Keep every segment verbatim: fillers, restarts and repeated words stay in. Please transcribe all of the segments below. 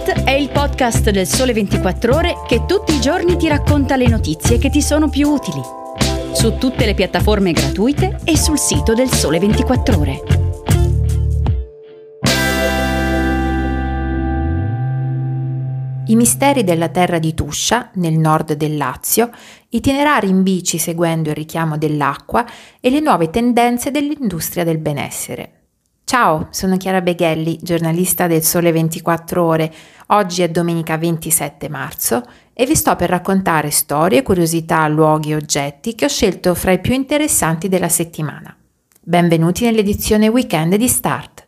Start è il podcast del Sole ventiquattro Ore che tutti i giorni ti racconta le notizie che ti sono più utili. Su tutte le piattaforme gratuite e sul sito del Sole ventiquattro Ore. I misteri della terra di Tuscia, nel nord del Lazio, itinerari in bici seguendo il richiamo dell'acqua e le nuove tendenze dell'industria del benessere. Ciao, sono Chiara Beghelli, giornalista del Sole ventiquattro Ore. Oggi è domenica ventisette marzo e vi sto per raccontare storie, curiosità, luoghi e oggetti che ho scelto fra i più interessanti della settimana. Benvenuti nell'edizione weekend di Start.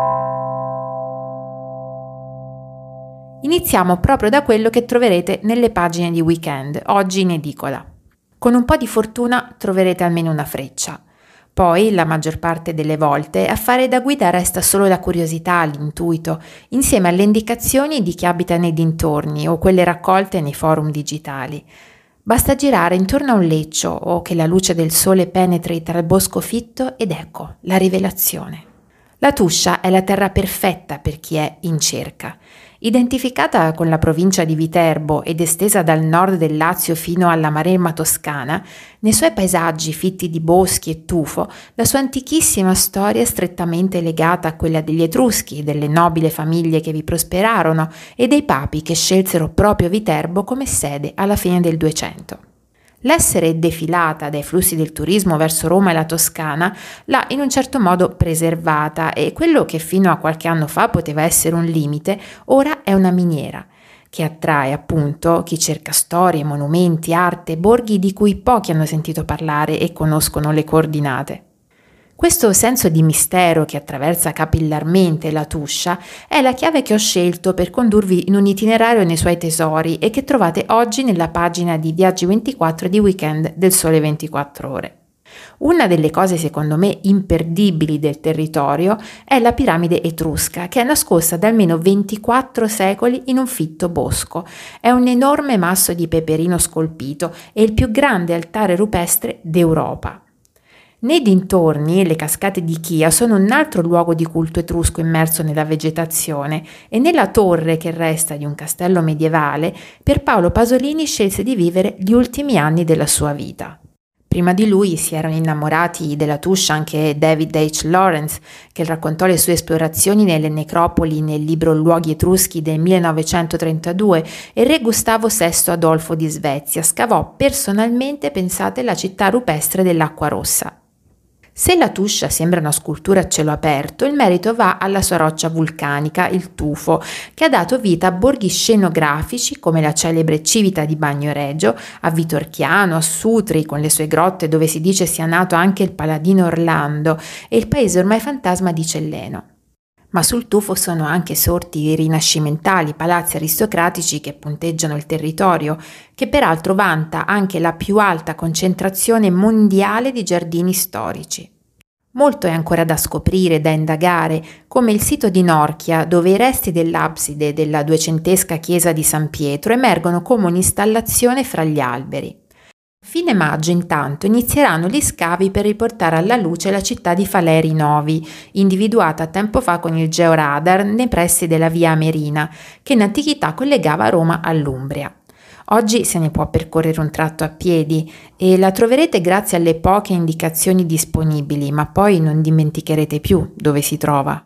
Iniziamo proprio da quello che troverete nelle pagine di Weekend, oggi in edicola. Con un po' di fortuna troverete almeno una freccia. Poi, la maggior parte delle volte, a fare da guida resta solo la curiosità, l'intuito, insieme alle indicazioni di chi abita nei dintorni o quelle raccolte nei forum digitali. Basta girare intorno a un leccio o che la luce del sole penetri tra il bosco fitto ed ecco la rivelazione. La Tuscia è la terra perfetta per chi è in cerca. Identificata con la provincia di Viterbo ed estesa dal nord del Lazio fino alla Maremma toscana, nei suoi paesaggi fitti di boschi e tufo, la sua antichissima storia è strettamente legata a quella degli Etruschi, delle nobili famiglie che vi prosperarono e dei papi che scelsero proprio Viterbo come sede alla fine del Duecento. L'essere defilata dai flussi del turismo verso Roma e la Toscana l'ha in un certo modo preservata e quello che fino a qualche anno fa poteva essere un limite, ora è una miniera, che attrae appunto chi cerca storie, monumenti, arte, borghi di cui pochi hanno sentito parlare e conoscono le coordinate. Questo senso di mistero che attraversa capillarmente la Tuscia è la chiave che ho scelto per condurvi in un itinerario nei suoi tesori e che trovate oggi nella pagina di Viaggi ventiquattro di Weekend del Sole ventiquattro Ore. Una delle cose secondo me imperdibili del territorio è la piramide etrusca, che è nascosta da almeno ventiquattro secoli in un fitto bosco. È un enorme masso di peperino scolpito e il più grande altare rupestre d'Europa. Nei dintorni, le cascate di Chia sono un altro luogo di culto etrusco immerso nella vegetazione e nella torre che resta di un castello medievale, Pierpaolo Pasolini scelse di vivere gli ultimi anni della sua vita. Prima di lui si erano innamorati della Tuscia anche David H. Lawrence, che raccontò le sue esplorazioni nelle necropoli nel libro Luoghi Etruschi del millenovecentotrentadue, e il re Gustavo sesto Adolfo di Svezia scavò personalmente, pensate, la città rupestre dell'Acqua Rossa. Se la Tuscia sembra una scultura a cielo aperto, il merito va alla sua roccia vulcanica, il tufo, che ha dato vita a borghi scenografici come la celebre Civita di Bagnoregio, a Vitorchiano, a Sutri, con le sue grotte dove si dice sia nato anche il paladino Orlando, e il paese ormai fantasma di Celleno. Ma sul tufo sono anche sorti rinascimentali, palazzi aristocratici che punteggiano il territorio, che peraltro vanta anche la più alta concentrazione mondiale di giardini storici. Molto è ancora da scoprire, da indagare, come il sito di Norchia, dove i resti dell'abside della duecentesca chiesa di San Pietro emergono come un'installazione fra gli alberi. Fine maggio, intanto, inizieranno gli scavi per riportare alla luce la città di Faleri Novi, individuata tempo fa con il georadar nei pressi della via Amerina, che in antichità collegava Roma all'Umbria. Oggi se ne può percorrere un tratto a piedi e la troverete grazie alle poche indicazioni disponibili, ma poi non dimenticherete più dove si trova.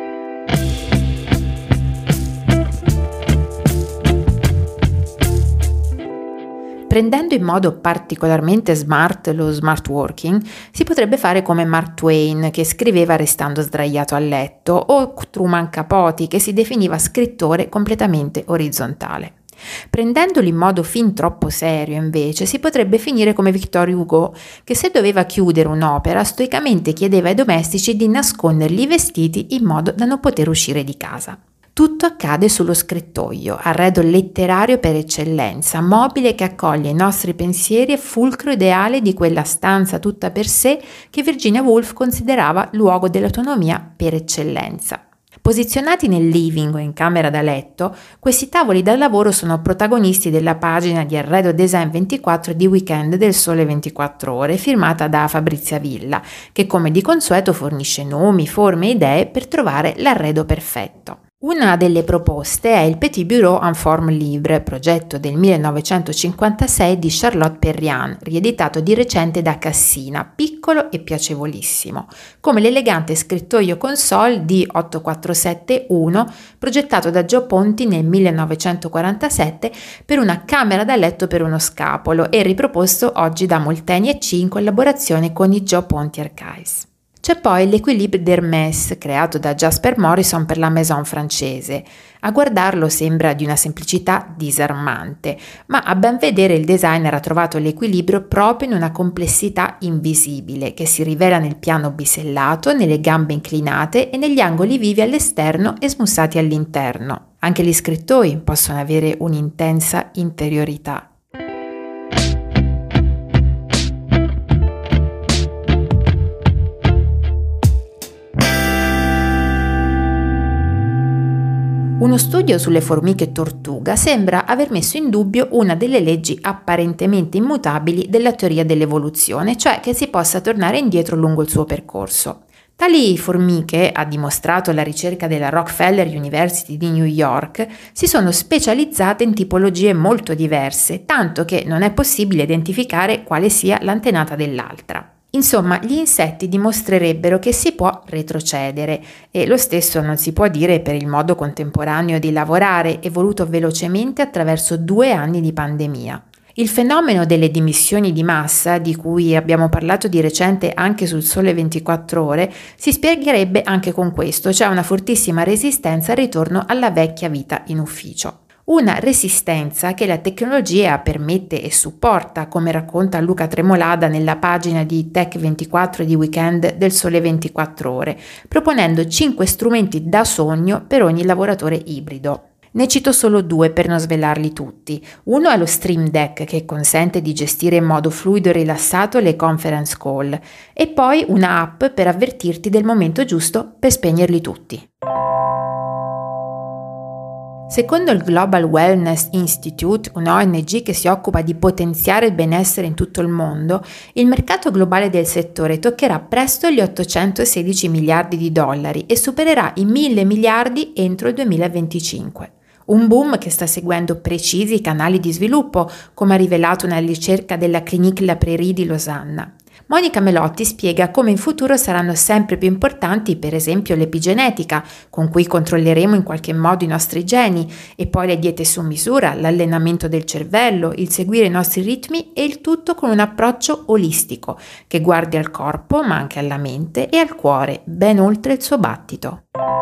Prendendo in modo particolarmente smart lo smart working, si potrebbe fare come Mark Twain, che scriveva restando sdraiato a letto, o Truman Capote, che si definiva scrittore completamente orizzontale. Prendendolo in modo fin troppo serio, invece, si potrebbe finire come Victor Hugo, che se doveva chiudere un'opera stoicamente chiedeva ai domestici di nascondergli i vestiti in modo da non poter uscire di casa. Tutto accade sullo scrittoio, arredo letterario per eccellenza, mobile che accoglie i nostri pensieri e fulcro ideale di quella stanza tutta per sé che Virginia Woolf considerava luogo dell'autonomia per eccellenza. Posizionati nel living o in camera da letto, questi tavoli da lavoro sono protagonisti della pagina di Arredo Design ventiquattro di Weekend del Sole ventiquattro Ore, firmata da Fabrizia Villa, che come di consueto fornisce nomi, forme e idee per trovare l'arredo perfetto. Una delle proposte è il Petit Bureau en forme libre, progetto del millenovecentocinquantasei di Charlotte Perriand, rieditato di recente da Cassina, piccolo e piacevolissimo, come l'elegante scrittoio console D otto quattro sette uno, progettato da Joe Ponti nel millenovecentoquarantasette per una camera da letto per uno scapolo e riproposto oggi da Molteni e C in collaborazione con i Joe Ponti Archives. C'è poi l'Équilibre d'Hermès, creato da Jasper Morrison per la Maison francese. A guardarlo sembra di una semplicità disarmante, ma a ben vedere il designer ha trovato l'equilibrio proprio in una complessità invisibile, che si rivela nel piano bisellato, nelle gambe inclinate e negli angoli vivi all'esterno e smussati all'interno. Anche gli scrittoi possono avere un'intensa interiorità. Uno studio sulle formiche tortuga sembra aver messo in dubbio una delle leggi apparentemente immutabili della teoria dell'evoluzione, cioè che si possa tornare indietro lungo il suo percorso. Tali formiche, ha dimostrato la ricerca della Rockefeller University di New York, si sono specializzate in tipologie molto diverse, tanto che non è possibile identificare quale sia l'antenata dell'altra. Insomma, gli insetti dimostrerebbero che si può retrocedere e lo stesso non si può dire per il modo contemporaneo di lavorare evoluto velocemente attraverso due anni di pandemia. Il fenomeno delle dimissioni di massa, di cui abbiamo parlato di recente anche sul Sole ventiquattro Ore, si spiegherebbe anche con questo, cioè una fortissima resistenza al ritorno alla vecchia vita in ufficio. Una resistenza che la tecnologia permette e supporta, come racconta Luca Tremolada nella pagina di Tech ventiquattro di Weekend del Sole ventiquattro Ore, proponendo cinque strumenti da sogno per ogni lavoratore ibrido. Ne cito solo due per non svelarli tutti. Uno è lo Stream Deck, che consente di gestire in modo fluido e rilassato le conference call, e poi una app per avvertirti del momento giusto per spegnerli tutti. Secondo il Global Wellness Institute, una O N G che si occupa di potenziare il benessere in tutto il mondo, il mercato globale del settore toccherà presto gli ottocentosedici miliardi di dollari e supererà i mille miliardi entro il duemilaventicinque. Un boom che sta seguendo precisi canali di sviluppo, come ha rivelato una ricerca della Clinique La Prairie di Losanna. Monica Melotti spiega come in futuro saranno sempre più importanti per esempio l'epigenetica, con cui controlleremo in qualche modo i nostri geni, e poi le diete su misura, l'allenamento del cervello, il seguire i nostri ritmi e il tutto con un approccio olistico che guardi al corpo ma anche alla mente e al cuore, ben oltre il suo battito.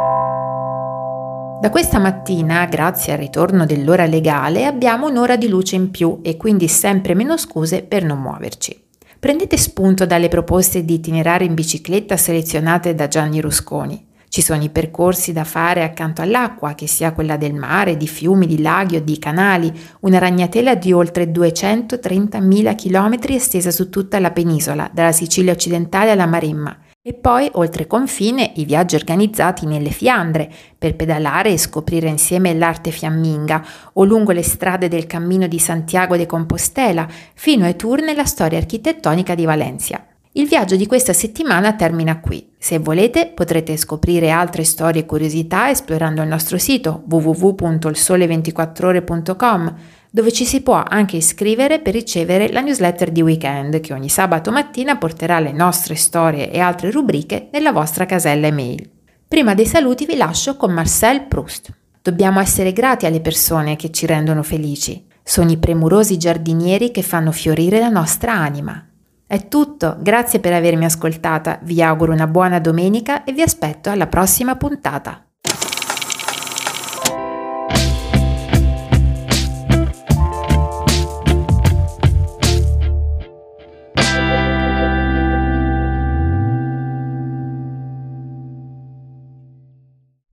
Da questa mattina, grazie al ritorno dell'ora legale, abbiamo un'ora di luce in più e quindi sempre meno scuse per non muoverci. Prendete spunto dalle proposte di itinerari in bicicletta selezionate da Gianni Rusconi. Ci sono i percorsi da fare accanto all'acqua, che sia quella del mare, di fiumi, di laghi o di canali, una ragnatela di oltre duecentotrentamila chilometri estesa su tutta la penisola, dalla Sicilia occidentale alla Maremma. E poi, oltre confine, i viaggi organizzati nelle Fiandre, per pedalare e scoprire insieme l'arte fiamminga, o lungo le strade del Cammino di Santiago de Compostela, fino ai tour nella storia architettonica di Valencia. Il viaggio di questa settimana termina qui. Se volete potrete scoprire altre storie e curiosità esplorando il nostro sito w w w punto il sole ventiquattro ore punto com, dove ci si può anche iscrivere per ricevere la newsletter di Weekend, che ogni sabato mattina porterà le nostre storie e altre rubriche nella vostra casella email. Prima dei saluti vi lascio con Marcel Proust. Dobbiamo essere grati alle persone che ci rendono felici. Sono i premurosi giardinieri che fanno fiorire la nostra anima. È tutto, grazie per avermi ascoltata, vi auguro una buona domenica e vi aspetto alla prossima puntata.